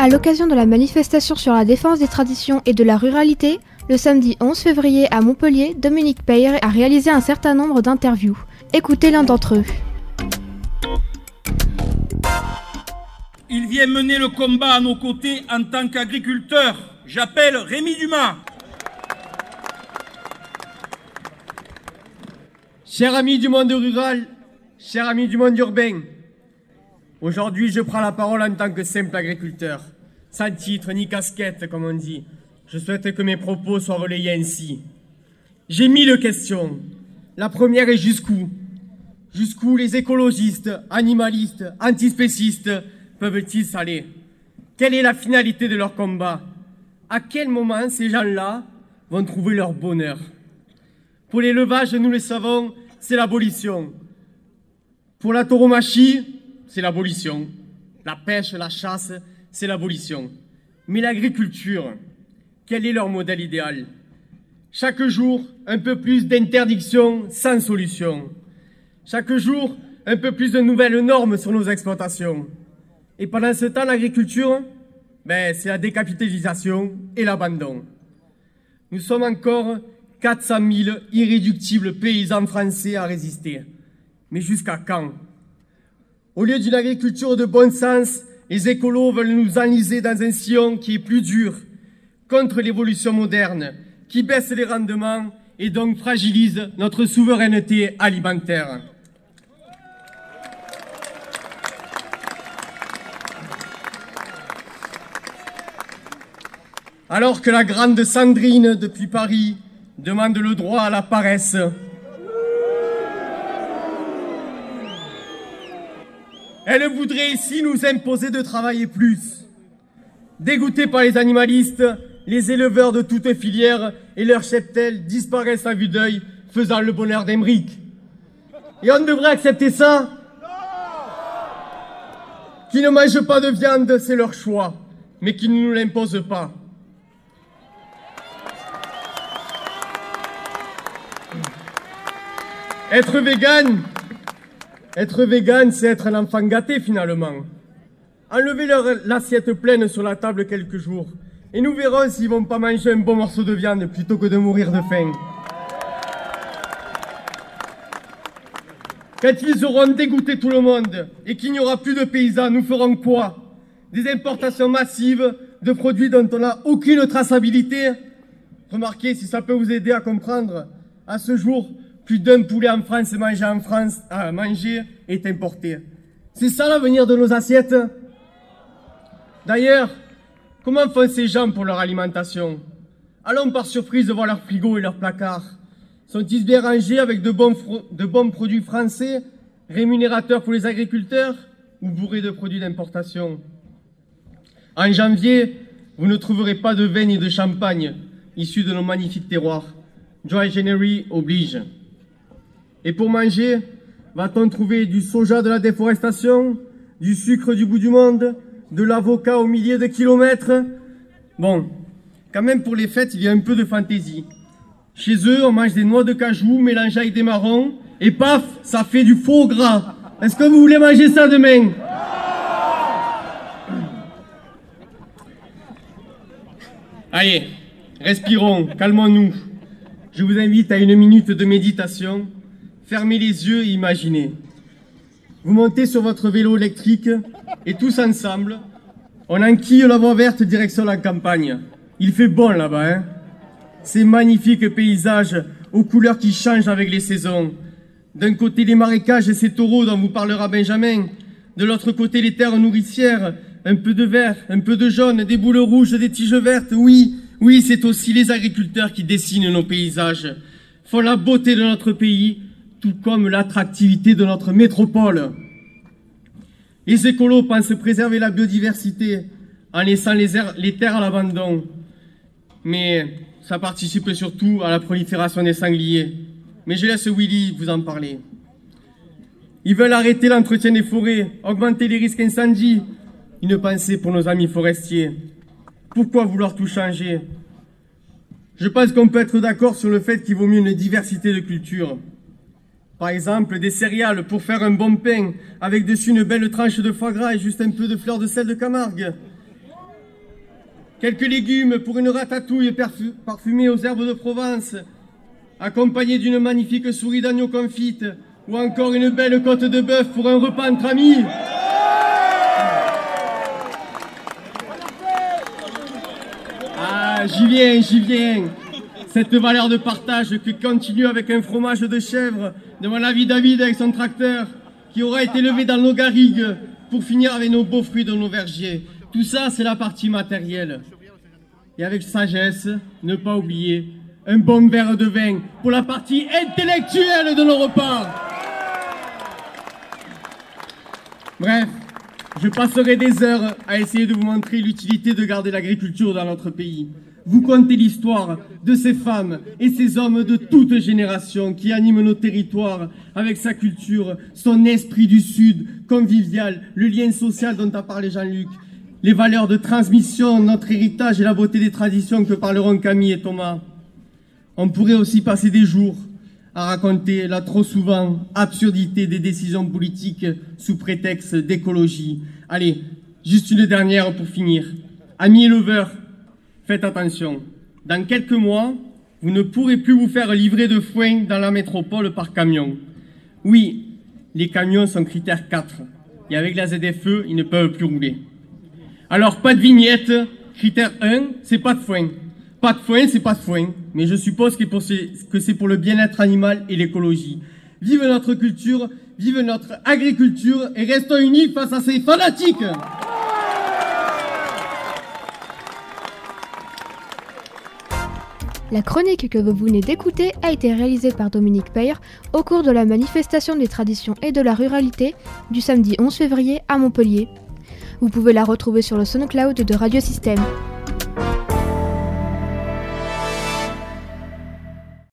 À l'occasion de la manifestation sur la défense des traditions et de la ruralité, le samedi 11 février à Montpellier, Dominique Peyre a réalisé un certain nombre d'interviews. Écoutez l'un d'entre eux. Il vient mener le combat à nos côtés en tant qu'agriculteur. J'appelle Rémi Dumas. Chers amis du monde rural, chers amis du monde urbain, aujourd'hui je prends la parole en tant que simple agriculteur, sans titre ni casquette comme on dit. Je souhaite que mes propos soient relayés ainsi. J'ai 1000 questions. La première est jusqu'où? Jusqu'où les écologistes, animalistes, antispécistes peuvent-ils aller? Quelle est la finalité de leur combat? À quel moment ces gens-là vont trouver leur bonheur? Pour l'élevage, nous le savons, c'est l'abolition. Pour la tauromachie, c'est l'abolition. La pêche, la chasse, c'est l'abolition. Mais l'agriculture, quel est leur modèle idéal? Chaque jour, un peu plus d'interdictions sans solution. Chaque jour, un peu plus de nouvelles normes sur nos exploitations. Et pendant ce temps, l'agriculture, c'est la décapitalisation et l'abandon. Nous sommes encore 400 000 irréductibles paysans français à résister. Mais jusqu'à quand? Au lieu d'une agriculture de bon sens, les écolos veulent nous enliser dans un sillon qui est plus dur, contre l'évolution moderne, qui baisse les rendements et donc fragilise notre souveraineté alimentaire. Alors que la grande Sandrine, depuis Paris, demande le droit à la paresse, elle voudrait ici nous imposer de travailler plus. Dégoûtés par les animalistes, les éleveurs de toutes filières et leurs cheptels disparaissent à vue d'œil, faisant le bonheur d'Emeric. Et on devrait accepter ça? Qui ne mangent pas de viande, c'est leur choix, mais qui ne nous l'imposent pas. Être vegan, c'est être un enfant gâté finalement. Enlevez-leur l'assiette pleine sur la table quelques jours et nous verrons s'ils vont pas manger un bon morceau de viande plutôt que de mourir de faim. Quand ils auront dégoûté tout le monde et qu'il n'y aura plus de paysans, nous ferons quoi? Des importations massives de produits dont on n'a aucune traçabilité? Remarquez, si ça peut vous aider à comprendre, à ce jour, plus d'un poulet en France mangé est importé. C'est ça l'avenir de nos assiettes? D'ailleurs, comment font ces gens pour leur alimentation? Allons par surprise voir leur frigo et leurs placards. Sont-ils bien rangés avec de bons produits français, rémunérateurs pour les agriculteurs, ou bourrés de produits d'importation? En janvier, vous ne trouverez pas de vin ni de champagne issus de nos magnifiques terroirs. Dry January oblige. Et pour manger, va-t-on trouver du soja de la déforestation, du sucre du bout du monde, de l'avocat aux milliers de kilomètres? Bon, quand même pour les fêtes, il y a un peu de fantaisie. Chez eux, on mange des noix de cajou mélangées avec des marrons, et paf, ça fait du faux gras. Est-ce que vous voulez manger ça demain? Allez, respirons, calmons-nous. Je vous invite à une minute de méditation. Fermez les yeux et imaginez. Vous montez sur votre vélo électrique et tous ensemble, on enquille la voie verte direction la campagne. Il fait bon là-bas, hein? Ces magnifiques paysages aux couleurs qui changent avec les saisons. D'un côté les marécages et ces taureaux dont vous parlera Benjamin. De l'autre côté les terres nourricières, un peu de vert, un peu de jaune, des boules rouges, des tiges vertes. Oui, c'est aussi les agriculteurs qui dessinent nos paysages, font la beauté de notre pays, tout comme l'attractivité de notre métropole. Les écolos pensent préserver la biodiversité en laissant les terres à l'abandon. Mais ça participe surtout à la prolifération des sangliers. Mais je laisse Willy vous en parler. Ils veulent arrêter l'entretien des forêts, augmenter les risques d'incendie. Une pensée pour nos amis forestiers. Pourquoi vouloir tout changer? Je pense qu'on peut être d'accord sur le fait qu'il vaut mieux une diversité de cultures. Par exemple, des céréales pour faire un bon pain, avec dessus une belle tranche de foie gras et juste un peu de fleur de sel de Camargue. quelques légumes pour une ratatouille parfumée aux herbes de Provence, accompagnée d'une magnifique souris d'agneau confite, ou encore une belle côte de bœuf pour un repas entre amis. Ah, j'y viens. Cette valeur de partage qui continue avec un fromage de chèvre de mon ami David avec son tracteur, qui aura été levé dans nos garrigues pour finir avec nos beaux fruits de nos vergers. Tout ça, c'est la partie matérielle. Et avec sagesse, ne pas oublier un bon verre de vin pour la partie intellectuelle de nos repas. Bref, je passerai des heures à essayer de vous montrer l'utilité de garder l'agriculture dans notre pays. Vous contez l'histoire de ces femmes et ces hommes de toutes générations qui animent nos territoires avec sa culture, son esprit du Sud, convivial, le lien social dont a parlé Jean-Luc, les valeurs de transmission, notre héritage et la beauté des traditions que parleront Camille et Thomas. On pourrait aussi passer des jours à raconter la trop souvent absurdité des décisions politiques sous prétexte d'écologie. Allez, juste une dernière pour finir. Amis éleveurs, faites attention. Dans quelques mois, vous ne pourrez plus vous faire livrer de foin dans la métropole par camion. Oui, les camions sont critère 4. Et avec la ZFE, ils ne peuvent plus rouler. Alors, pas de vignette. Critère 1, c'est pas de foin. Pas de foin, c'est pas de foin. Mais je suppose que c'est pour le bien-être animal et l'écologie. Vive notre culture, vive notre agriculture et restons unis face à ces fanatiques. La chronique que vous venez d'écouter a été réalisée par Dominique Peyre au cours de la manifestation des traditions et de la ruralité du samedi 11 février à Montpellier. Vous pouvez la retrouver sur le SoundCloud de Radio Système.